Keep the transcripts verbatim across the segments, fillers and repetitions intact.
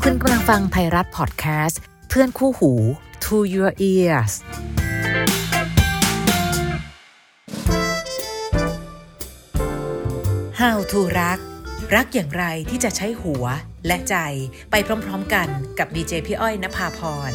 คุณกำลังฟังไทยรัฐพอดแคสต์เพื่อนคู่หู To Your Ears How to รักรักอย่างไรที่จะใช้หัวและใจไปพร้อมๆกันกับดีเจพี่อ้อยณภาพร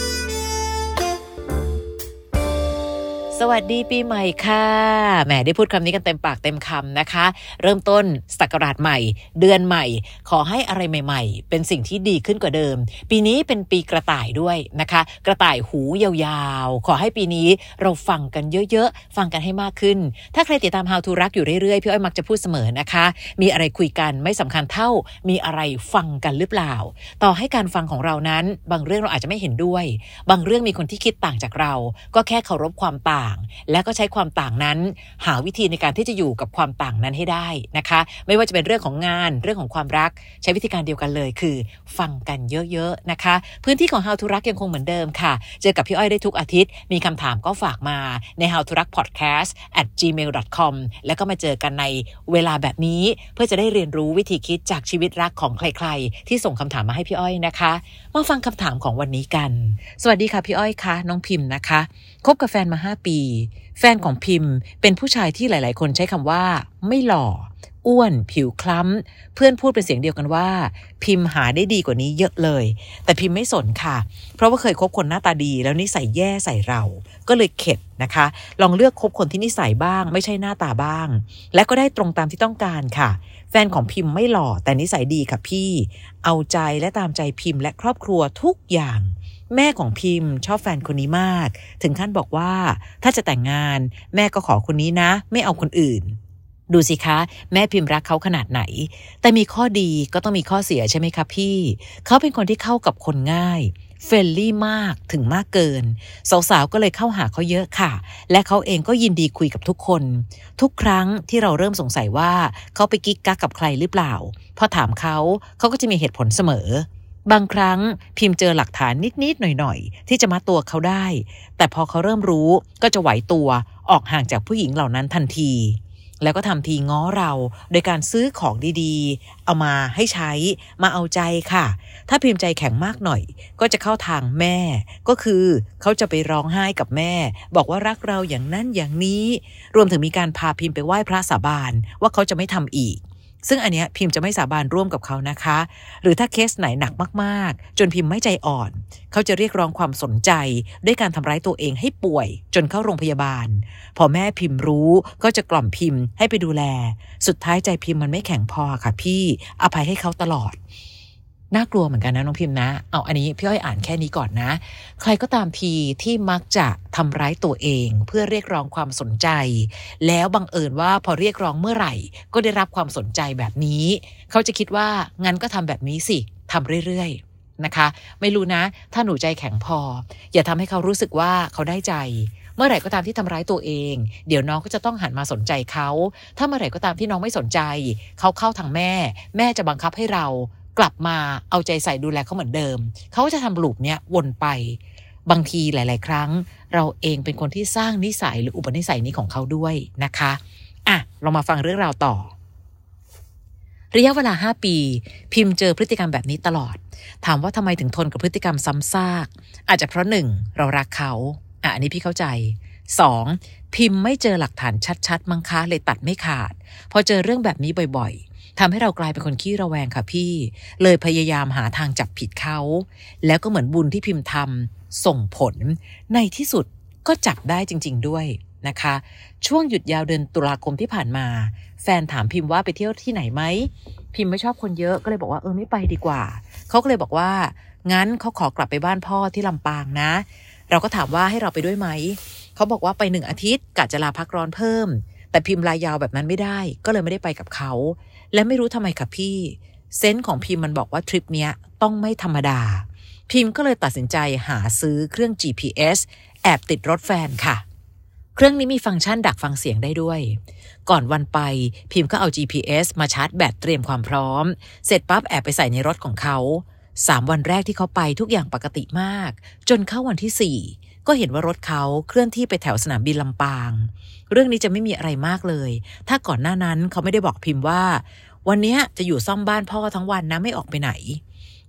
สวัสดีปีใหม่ค่ะแหมได้พูดคำนี้กันเต็มปากเต็มคำนะคะเริ่มต้นศักราชใหม่เดือนใหม่ขอให้อะไรใหม่ๆเป็นสิ่งที่ดีขึ้นกว่าเดิมปีนี้เป็นปีกระต่ายด้วยนะคะกระต่ายหูยาวๆขอให้ปีนี้เราฟังกันเยอะๆฟังกันให้มากขึ้นถ้าใครติดตาม How to รักอยู่เรื่อยๆพี่อ้อยมักจะพูดเสมอนะคะมีอะไรคุยกันไม่สำคัญเท่ามีอะไรฟังกันหรือเปล่าต่อให้การฟังของเรานั้นบางเรื่องเราอาจจะไม่เห็นด้วยบางเรื่องมีคนที่คิดต่างจากเราก็แค่เคารพความต่างและก็ใช้ความต่างนั้นหาวิธีในการที่จะอยู่กับความต่างนั้นให้ได้นะคะไม่ว่าจะเป็นเรื่องของงานเรื่องของความรักใช้วิธีการเดียวกันเลยคือฟังกันเยอะๆนะคะพื้นที่ของ How to รักยังคงเหมือนเดิมค่ะเจอกับพี่อ้อยได้ทุกอาทิตย์มีคำถามก็ฝากมาใน how to รัก podcast at gmail dot com แล้วก็มาเจอกันในเวลาแบบนี้เพื่อจะได้เรียนรู้วิธีคิดจากชีวิตรักของใครๆที่ส่งคำถามมาให้พี่อ้อยนะคะมาฟังคำถามของวันนี้กันสวัสดีค่ะพี่อ้อยคะน้องพิมพ์นะคะคบกับแฟนมาห้าปีแฟนของพิมพ์เป็นผู้ชายที่หลายๆคนใช้คำว่าไม่หล่ออ้วนผิวคล้ำเพื่อนพูดเป็นเสียงเดียวกันว่าพิมพ์หาได้ดีกว่านี้เยอะเลยแต่พิมพ์ไม่สนค่ะเพราะว่าเคยคบคนหน้าตาดีแล้วนิสัยแย่ใส่เราก็เลยเข็ดนะคะลองเลือกคบคนที่นิสัยบ้างไม่ใช่หน้าตาบ้างและก็ได้ตรงตามที่ต้องการค่ะแฟนของพิมพ์ไม่หล่อแต่นิสัยดีค่ะพี่เอาใจและตามใจพิมพ์และครอบครัวทุกอย่างแม่ของพิมพ์ชอบแฟนคนนี้มากถึงขั้นบอกว่าถ้าจะแต่งงานแม่ก็ขอคนนี้นะไม่เอาคนอื่นดูสิคะแม่พิมพ์รักเขาขนาดไหนแต่มีข้อดีก็ต้องมีข้อเสียใช่ไหมคะพี่เขาเป็นคนที่เข้ากับคนง่ายเฟรนลี่มากถึงมากเกินสาวๆก็เลยเข้าหาเขาเยอะค่ะและเขาเองก็ยินดีคุยกับทุกคนทุกครั้งที่เราเริ่มสงสัยว่าเขาไปกิ๊กกักกับใครหรือเปล่าพอถามเขาเขาก็จะมีเหตุผลเสมอบางครั้งพิมพ์เจอหลักฐานนิดๆหน่อยๆที่จะมัดตัวเขาได้แต่พอเขาเริ่มรู้ก็จะไหวตัวออกห่างจากผู้หญิงเหล่านั้นทันทีแล้วก็ทำทีง้อเราโดยการซื้อของดีๆเอามาให้ใช้มาเอาใจค่ะถ้าพิมพ์ใจแข็งมากหน่อยก็จะเข้าทางแม่ก็คือเขาจะไปร้องไห้กับแม่บอกว่ารักเราอย่างนั้นอย่างนี้รวมถึงมีการพาพิมพ์ไปไหว้พระสาบานว่าเขาจะไม่ทำอีกซึ่งอันเนี้ยพิมพ์จะไม่สาบานร่วมกับเขานะคะหรือถ้าเคสไหนหนักมากๆจนพิมพ์ไม่ใจอ่อนเขาจะเรียกร้องความสนใจด้วยการทำร้ายตัวเองให้ป่วยจนเข้าโรงพยาบาลพอแม่พิมพ์รู้ก็จะกล่อมพิมพ์ให้ไปดูแลสุดท้ายใจพิมพ์มันไม่แข็งพอค่ะพี่อภัยให้เขาตลอดน่ากลัวเหมือนกันนะน้องพิมพ์นะเอาอันนี้พี่อ้อยอ่านแค่นี้ก่อนนะใครก็ตามทีที่มักจะทำร้ายตัวเองเพื่อเรียกร้องความสนใจแล้วบังเอิญว่าพอเรียกร้องเมื่อไหร่ก็ได้รับความสนใจแบบนี้เขาจะคิดว่างั้นก็ทำแบบนี้สิทำเรื่อยๆนะคะไม่รู้นะถ้าหนูใจแข็งพออย่าทำให้เขารู้สึกว่าเขาได้ใจเมื่อไหร่ก็ตามที่ทำร้ายตัวเองเดี๋ยวน้องก็จะต้องหันมาสนใจเขาถ้าเมื่อไหร่ก็ตามที่น้องไม่สนใจเขาเข้าทางแม่แม่จะบังคับให้เรากลับมาเอาใจใส่ดูแลเขาเหมือนเดิมเขาจะทำลูปเนี้ยวนไปบางทีหลายๆครั้งเราเองเป็นคนที่สร้างนิสัยหรืออุปนิสัยนี้ของเขาด้วยนะคะอ่ะเรามาฟังเรื่องราวต่อระยะเวลาห้าปีพิมพ์เจอพฤติกรรมแบบนี้ตลอดถามว่าทำไมถึงทนกับพฤติกรรมซ้ำซากอาจจะเพราะหนึ่งเรารักเขาอ่ะอันนี้พี่เข้าใจสองพิมพ์ไม่เจอหลักฐานชัดๆมั้งคะเลยตัดไม่ขาดพอเจอเรื่องแบบนี้บ่อยๆทำให้เรากลายเป็นคนขี้ระแวงค่ะพี่เลยพยายามหาทางจับผิดเขาแล้วก็เหมือนบุญที่พิมพ์ทำส่งผลในที่สุดก็จับได้จริงๆด้วยนะคะช่วงหยุดยาวเดือนตุลาคมที่ผ่านมาแฟนถามพิมพ์ว่าไปเที่ยวที่ไหนไหมพิมพ์ไม่ชอบคนเยอะก็เลยบอกว่าเออไม่ไปดีกว่าเขาก็เลยบอกว่างั้นเขาขอกลับไปบ้านพ่อที่ลำปางนะเราก็ถามว่าให้เราไปด้วยไหมเขาบอกว่าไปหนึ่งอาทิตย์กะจะลาพักร้อนเพิ่มแต่พิมพ์ลายาวแบบนั้นไม่ได้ก็เลยไม่ได้ไปกับเขาและไม่รู้ทำไมค่ะพี่เซนส์ของพิมพ์มันบอกว่าทริปเนี้ยต้องไม่ธรรมดาพิมพ์ก็เลยตัดสินใจหาซื้อเครื่อง จี พี เอส แอบติดรถแฟนค่ะเครื่องนี้มีฟังก์ชันดักฟังเสียงได้ด้วยก่อนวันไปพิมพ์ก็เอา จี พี เอส มาชาร์จแบตเตรียมความพร้อมเสร็จปั๊บแอบไปใส่ในรถของเขาสามวันแรกที่เขาไปทุกอย่างปกติมากจนเข้าวันที่สี่ก็เห็นว่ารถเขาเคลื่อนที่ไปแถวสนามบินลำปางเรื่องนี้จะไม่มีอะไรมากเลยถ้าก่อนหน้านั้นเขาไม่ได้บอกพิมพ์ว่าวันนี้จะอยู่ซ่อมบ้านพ่อทั้งวันนะไม่ออกไปไหน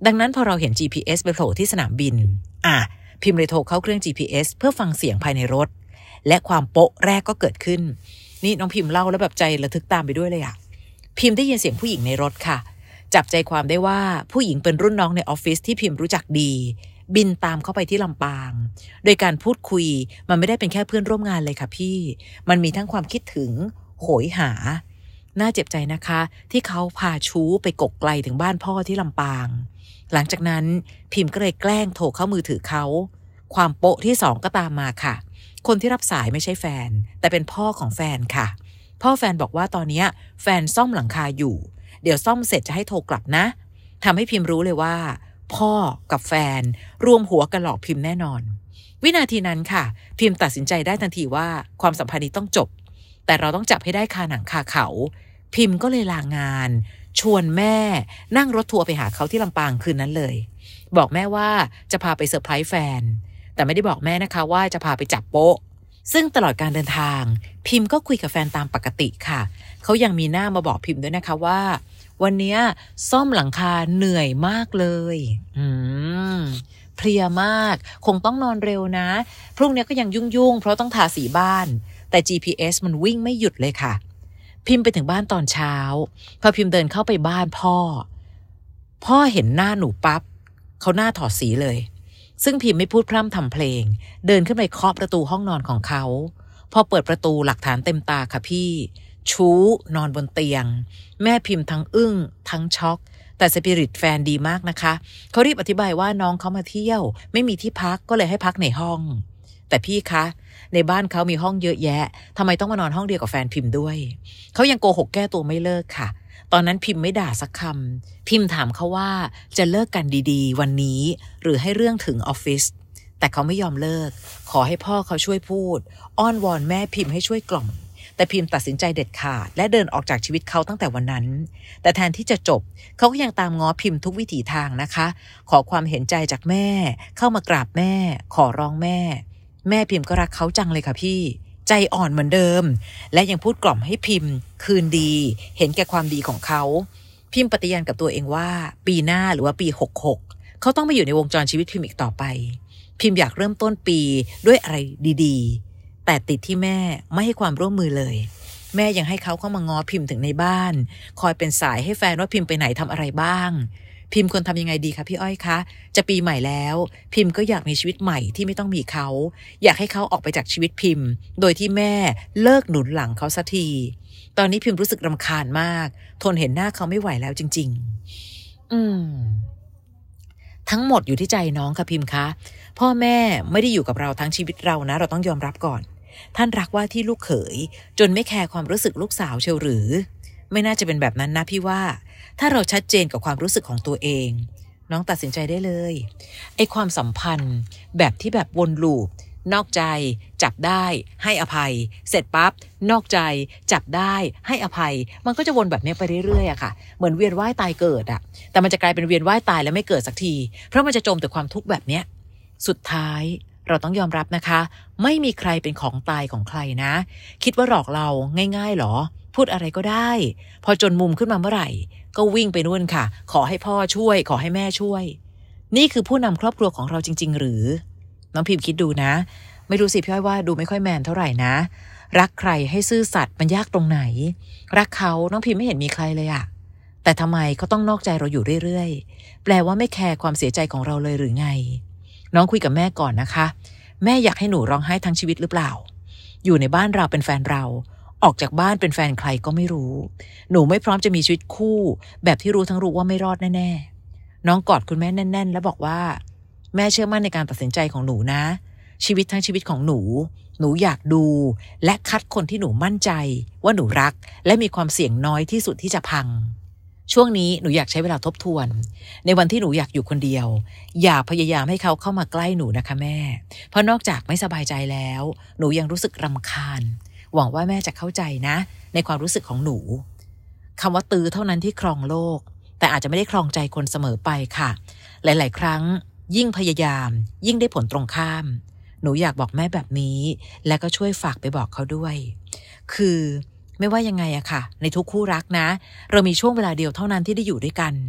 ดังนั้นพอเราเห็น จี พี เอส ไปโผล่ที่สนามบินอ่ะพิมพ์เลยโทรเข้าเครื่อง จี พี เอส เพื่อฟังเสียงภายในรถและความโป๊ะแรกก็เกิดขึ้นนี่น้องพิมพ์เล่าแล้วแบบใจระทึกตามไปด้วยเลยอะพิมพ์ได้ยินเสียงผู้หญิงในรถค่ะจับใจความได้ว่าผู้หญิงเป็นรุ่นน้องในออฟฟิศที่พิมพ์รู้จักดีบินตามเข้าไปที่ลำปางโดยการพูดคุยมันไม่ได้เป็นแค่เพื่อนร่วมงานเลยค่ะพี่มันมีทั้งความคิดถึงโหยหาน่าเจ็บใจนะคะที่เขาพาชู้ไปกกไกลถึงบ้านพ่อที่ลำปางหลังจากนั้นพิมพ์ก็เลยแกล้งโทรเข้ามือถือเขาความโป๊ะที่สองก็ตามมาค่ะคนที่รับสายไม่ใช่แฟนแต่เป็นพ่อของแฟนค่ะพ่อแฟนบอกว่าตอนนี้แฟนซ่อมหลังคาอยู่เดี๋ยวซ่อมเสร็จจะให้โทรกลับนะทำให้พิมพ์รู้เลยว่าพ่อกับแฟนรวมหัวกันหลอกพิมพ์แน่นอนวินาทีนั้นค่ะพิมพ์ตัดสินใจได้ทันทีว่าความสัมพันธ์นี้ต้องจบแต่เราต้องจับให้ได้คาหนังคาเขาพิมพ์ก็เลยลางานชวนแม่นั่งรถทัวร์ไปหาเขาที่ลำปางคืนนั้นเลยบอกแม่ว่าจะพาไปเซอร์ไพรส์แฟนแต่ไม่ได้บอกแม่นะคะว่าจะพาไปจับโป๊ะซึ่งตลอดการเดินทางพิมพ์ก็คุยกับแฟนตามปกติค่ะเขายังมีหน้ามาบอกพิมพ์ด้วยนะคะว่าวันนี้ซ่อมหลังคาเหนื่อยมากเลยอืมเพลียมากคงต้องนอนเร็วนะพรุ่งนี้ก็ยังยุ่งๆเพราะต้องทาสีบ้านแต่ จี พี เอส มันวิ่งไม่หยุดเลยค่ะพิมพ์ไปถึงบ้านตอนเช้าพอพิมพ์เดินเข้าไปบ้านพ่อพ่อเห็นหน้าหนูปั๊บเขาหน้าถอดสีเลยซึ่งพิมพ์ไม่พูดพร่ำทำเพลงเดินขึ้นไปเคาะประตูห้องนอนของเขาพอเปิดประตูหลักฐานเต็มตาค่ะพี่ชู้นอนบนเตียงแม่พิมพ์ทั้งอึ้งทั้งช็อกแต่สปิริตแฟนดีมากนะคะเขารีบอธิบายว่าน้องเขามาเที่ยวไม่มีที่พักก็เลยให้พักในห้องแต่พี่คะในบ้านเขามีห้องเยอะแยะทำไมต้องมานอนห้องเดียวกับแฟนพิมพ์ด้วยเขายังโกหกแก้ตัวไม่เลิกค่ะตอนนั้นพิมพ์ไม่ด่าสักคำพิมพ์ถามเขาว่าจะเลิกกันดีๆวันนี้หรือให้เรื่องถึงออฟฟิศแต่เขาไม่ยอมเลิกขอให้พ่อเขาช่วยพูดอ้อนวอนแม่พิมพ์ให้ช่วยกล่อมแต่พิมพ์ตัดสินใจเด็ดขาดและเดินออกจากชีวิตเขาตั้งแต่วันนั้นแต่แทนที่จะจบเขาก็ยังตามง้อพิมพ์ทุกวิถีทางนะคะขอความเห็นใจจากแม่เข้ามากราบแม่ขอร้องแม่แม่พิมพ์ก็รักเขาจังเลยค่ะพี่ใจอ่อนเหมือนเดิมและยังพูดกล่อมให้พิมพ์คืนดีเห็นแก่ความดีของเขาพิมพ์ปฏิญาณกับตัวเองว่าปีหน้าหรือว่าปีหกหกเขาต้องไม่อยู่ในวงจรชีวิตพิมพ์อีกต่อไปพิมพ์อยากเริ่มต้นปีด้วยอะไรดีๆแต่ติดที่แม่ไม่ให้ความร่วมมือเลยแม่ยังให้เขาเข้ามาง้อพิมพ์ถึงในบ้านคอยเป็นสายให้แฟนว่าพิมพ์ไปไหนทำอะไรบ้างพิมพ์ควรทำยังไงดีคะพี่อ้อยคะจะปีใหม่แล้วพิมพ์ก็อยากมีชีวิตใหม่ที่ไม่ต้องมีเขาอยากให้เขาออกไปจากชีวิตพิมพ์โดยที่แม่เลิกหนุนหลังเขาสักทีตอนนี้พิมพ์รู้สึกรำคาญมากทนเห็นหน้าเขาไม่ไหวแล้วจริงๆอืมทั้งหมดอยู่ที่ใจน้องค่ะพิมพ์คะพ่อแม่ไม่ได้อยู่กับเราทั้งชีวิตเรานะเราต้องยอมรับก่อนท่านรักว่าที่ลูกเขยจนไม่แคร์ความรู้สึกลูกสาวเชียวหรือไม่น่าจะเป็นแบบนั้นนะพี่ว่าถ้าเราชัดเจนกับความรู้สึกของตัวเองน้องตัดสินใจได้เลยไอ้ความสัมพันธ์แบบที่แบบวนลูปนอกใจจับได้ให้อภัยเสร็จปั๊บนอกใจจับได้ให้อภัยมันก็จะวนแบบนี้ไปเรื่อยๆอะค่ะเหมือนเวียนว่ายตายเกิดอะแต่มันจะกลายเป็นเวียนว่ายตายแล้วไม่เกิดสักทีเพราะมันจะจมแต่ความทุกข์แบบเนี้ยสุดท้ายเราต้องยอมรับนะคะไม่มีใครเป็นของตายของใครนะคิดว่าหลอกเราง่ายๆหรอพูดอะไรก็ได้พอจนมุมขึ้นมาเมื่อไหร่ก็วิ่งไปนู่นค่ะขอให้พ่อช่วยขอให้แม่ช่วยนี่คือผู้นำครอบครัวของเราจริงๆหรือน้องพิมพ์คิดดูนะไม่รู้สิพี่อ้อยว่าดูไม่ค่อยแมนเท่าไหร่นะรักใครให้ซื่อสัตย์มันยากตรงไหนรักเขาน้องพิมพ์ไม่เห็นมีใครเลยอะแต่ทำไมเขาต้องนอกใจเราอยู่เรื่อยๆแปลว่าไม่แคร์ความเสียใจของเราเลยหรือไงน้องคุยกับแม่ก่อนนะคะแม่อยากให้หนูร้องไห้ทั้งชีวิตหรือเปล่าอยู่ในบ้านเราเป็นแฟนเราออกจากบ้านเป็นแฟนใครก็ไม่รู้หนูไม่พร้อมจะมีชีวิตคู่แบบที่รู้ทั้งรู้ว่าไม่รอดแน่ๆน้องกอดคุณแม่แน่นๆแล้วบอกว่าแม่เชื่อมั่นในการตัดสินใจของหนูนะชีวิตทั้งชีวิตของหนูหนูอยากดูและคัดคนที่หนูมั่นใจว่าหนูรักและมีความเสี่ยงน้อยที่สุดที่จะพังช่วงนี้หนูอยากใช้เวลาทบทวนในวันที่หนูอยากอยู่คนเดียวอย่าพยายามให้เขาเข้ามาใกล้หนูนะคะแม่เพราะนอกจากไม่สบายใจแล้วหนูยังรู้สึกรำคาญหวังว่าแม่จะเข้าใจนะในความรู้สึกของหนูคำว่าตื้อเท่านั้นที่ครองโลกแต่อาจจะไม่ได้ครองใจคนเสมอไปค่ะหลายๆครั้งยิ่งพยายามยิ่งได้ผลตรงข้ามหนูอยากบอกแม่แบบนี้และก็ช่วยฝากไปบอกเขาด้วยคือไม่ว่ายังไงอะค่ะในทุกคู่รักนะเรามีช่วงเวลาเดียวเท่านั้นที่ได้อยู่ด้วยกัน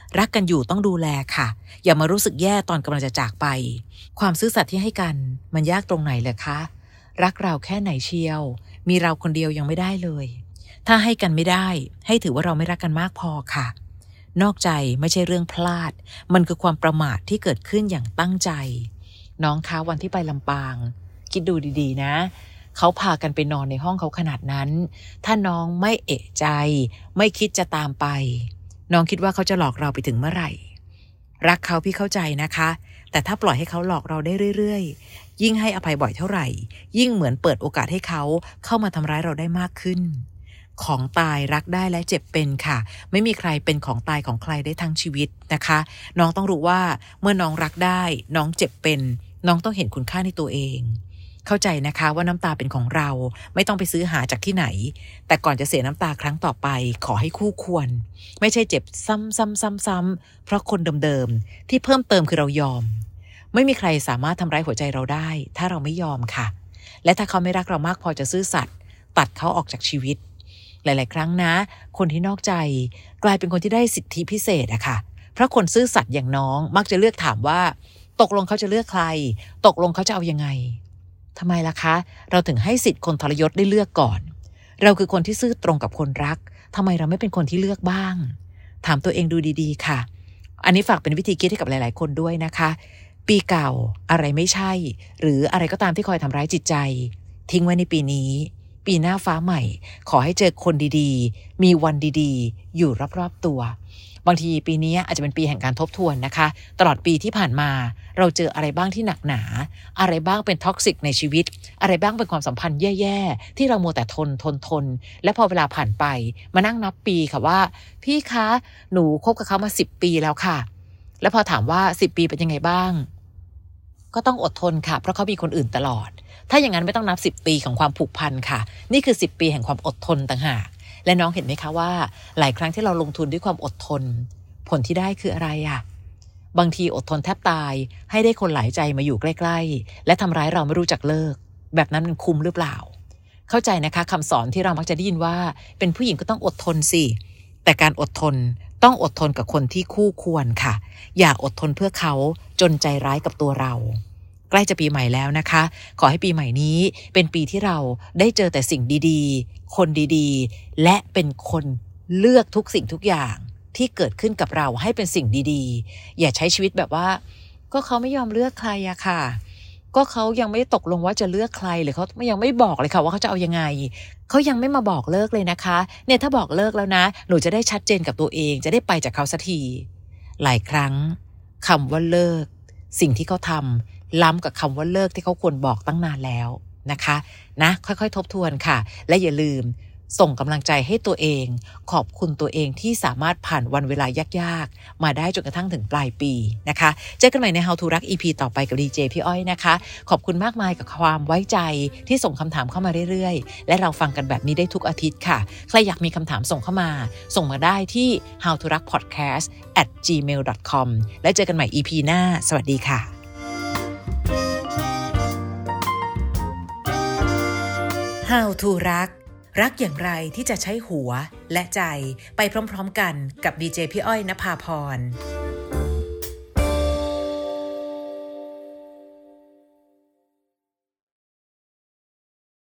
รักกันอยู่ต้องดูแลค่ะอย่ามารู้สึกแย่ตอนกำลังจะจากไปความซื่อสัตย์ที่ให้กันมันยากตรงไหนเลยคะรักเราแค่ไหนเชียวมีเราคนเดียวยังไม่ได้เลยถ้าให้กันไม่ได้ให้ถือว่าเราไม่รักกันมากพอค่ะนอกใจไม่ใช่เรื่องพลาดมันคือความประมาทที่เกิดขึ้นอย่างตั้งใจน้องคะวันที่ไปลำปางคิดดูดีๆนะเขาพากันไปนอนในห้องเขาขนาดนั้นถ้าน้องไม่เอะใจไม่คิดจะตามไปน้องคิดว่าเขาจะหลอกเราไปถึงเมื่อไหร่รักเขาพี่เข้าใจนะคะแต่ถ้าปล่อยให้เขาหลอกเราได้เรื่อยๆยิ่งให้อภัยบ่อยเท่าไหร่ยิ่งเหมือนเปิดโอกาสให้เขาเข้ามาทำร้ายเราได้มากขึ้นของตายรักได้และเจ็บเป็นค่ะไม่มีใครเป็นของตายของใครได้ทั้งชีวิตนะคะน้องต้องรู้ว่าเมื่อน้องรักได้น้องเจ็บเป็นน้องต้องเห็นคุณค่าในตัวเองเข้าใจนะคะว่าน้ำตาเป็นของเราไม่ต้องไปซื้อหาจากที่ไหนแต่ก่อนจะเสียน้ำตาครั้งต่อไปขอให้คู่ควรไม่ใช่เจ็บซ้ำๆๆๆเพราะคนเดิมๆที่เพิ่มเติมคือเรายอมไม่มีใครสามารถทำร้ายหัวใจเราได้ถ้าเราไม่ยอมค่ะและถ้าเขาไม่รักเรามากพอจะซื่อสัตย์ตัดเขาออกจากชีวิตหลายๆครั้งนะคนที่นอกใจกลายเป็นคนที่ได้สิทธิพิเศษอะค่ะเพราะคนซื่อสัตย์อย่างน้องมักจะเลือกถามว่าตกลงเขาจะเลือกใครตกลงเขาจะเอายังไงทำไมล่ะคะเราถึงให้สิทธิ์คนทรยศได้เลือกก่อนเราคือคนที่ซื่อตรงกับคนรักทำไมเราไม่เป็นคนที่เลือกบ้างถามตัวเองดูดีๆค่ะอันนี้ฝากเป็นวิธีคิดให้กับหลายๆคนด้วยนะคะปีเก่าอะไรไม่ใช่หรืออะไรก็ตามที่คอยทำร้ายจิตใจทิ้งไว้ในปีนี้ปีหน้าฟ้าใหม่ขอให้เจอคนดีๆมีวันดีๆอยู่รอบๆตัวบางทีปีนี้อาจจะเป็นปีแห่งการทบทวนนะคะตลอดปีที่ผ่านมาเราเจออะไรบ้างที่หนักหนาอะไรบ้างเป็นท็อกซิกในชีวิตอะไรบ้างเป็นความสัมพันธ์แย่ๆที่เรามัวแต่ทนทนทนและพอเวลาผ่านไปมานั่งนับปีค่ะว่าพี่คะหนูคบกับเขามาสิบปีแล้วค่ะแล้วพอถามว่าสิบปีเป็นยังไงบ้างก็ต้องอดทนค่ะเพราะเขามีคนอื่นตลอดถ้าอย่างนั้นไม่ต้องนับสิบปีของความผูกพันค่ะนี่คือสิบปีแห่งความอดทนต่างหากและน้องเห็นไหมคะว่าหลายครั้งที่เราลงทุนด้วยความอดทนผลที่ได้คืออะไรอ่ะบางทีอดทนแทบตายให้ได้คนหลายใจมาอยู่ใกล้ๆและทำร้ายเราไม่รู้จักเลิกแบบนั้นมันคุ้มหรือเปล่าเข้าใจนะคะคำสอนที่เรามักจะได้ยินว่าเป็นผู้หญิงก็ต้องอดทนสิแต่การอดทนต้องอดทนกับคนที่คู่ควรค่ะอย่าอดทนเพื่อเขาจนใจร้ายกับตัวเราใกล้จะปีใหม่แล้วนะคะขอให้ปีใหม่นี้เป็นปีที่เราได้เจอแต่สิ่งดีๆคนดีๆและเป็นคนเลือกทุกสิ่งทุกอย่างที่เกิดขึ้นกับเราให้เป็นสิ่งดีๆอย่าใช้ชีวิตแบบว่าก็เขาไม่ยอมเลือกใครอะค่ะก็เขายังไม่ตกลงว่าจะเลือกใครหรือเขายังไม่บอกเลยค่ะว่าเขาจะเอายังไงเขายังไม่มาบอกเลิกเลยนะคะเนี่ยถ้าบอกเลิกแล้วนะหนูจะได้ชัดเจนกับตัวเองจะได้ไปจากเขาสักทีหลายครั้งคำว่าเลิกสิ่งที่เขาทำล้ำกับคำว่าเลิกที่เขาควรบอกตั้งนานแล้วนะคะนะค่อยๆทบทวนค่ะและอย่าลืมส่งกำลังใจให้ตัวเองขอบคุณตัวเองที่สามารถผ่านวันเวลายากๆมาได้จนกระทั่งถึงปลายปีนะคะเจอกันใหม่ใน How to รัก อี พี ต่อไปกับดีเจพี่อ้อยนะคะขอบคุณมากมายกับความไว้ใจที่ส่งคำถามเข้ามาเรื่อยๆและเราฟังกันแบบนี้ได้ทุกอาทิตย์ค่ะใครอยากมีคำถามส่งเข้ามาส่งมาได้ที่ how to รัก พอดแคสต์ แอท จีเมล ดอท คอม และเจอกันใหม่ อี พี หน้าสวัสดีค่ะHow to รักรักอย่างไรที่จะใช้หัวและใจไปพร้อมๆกันกับดีเจพี่อ้อยณภาพร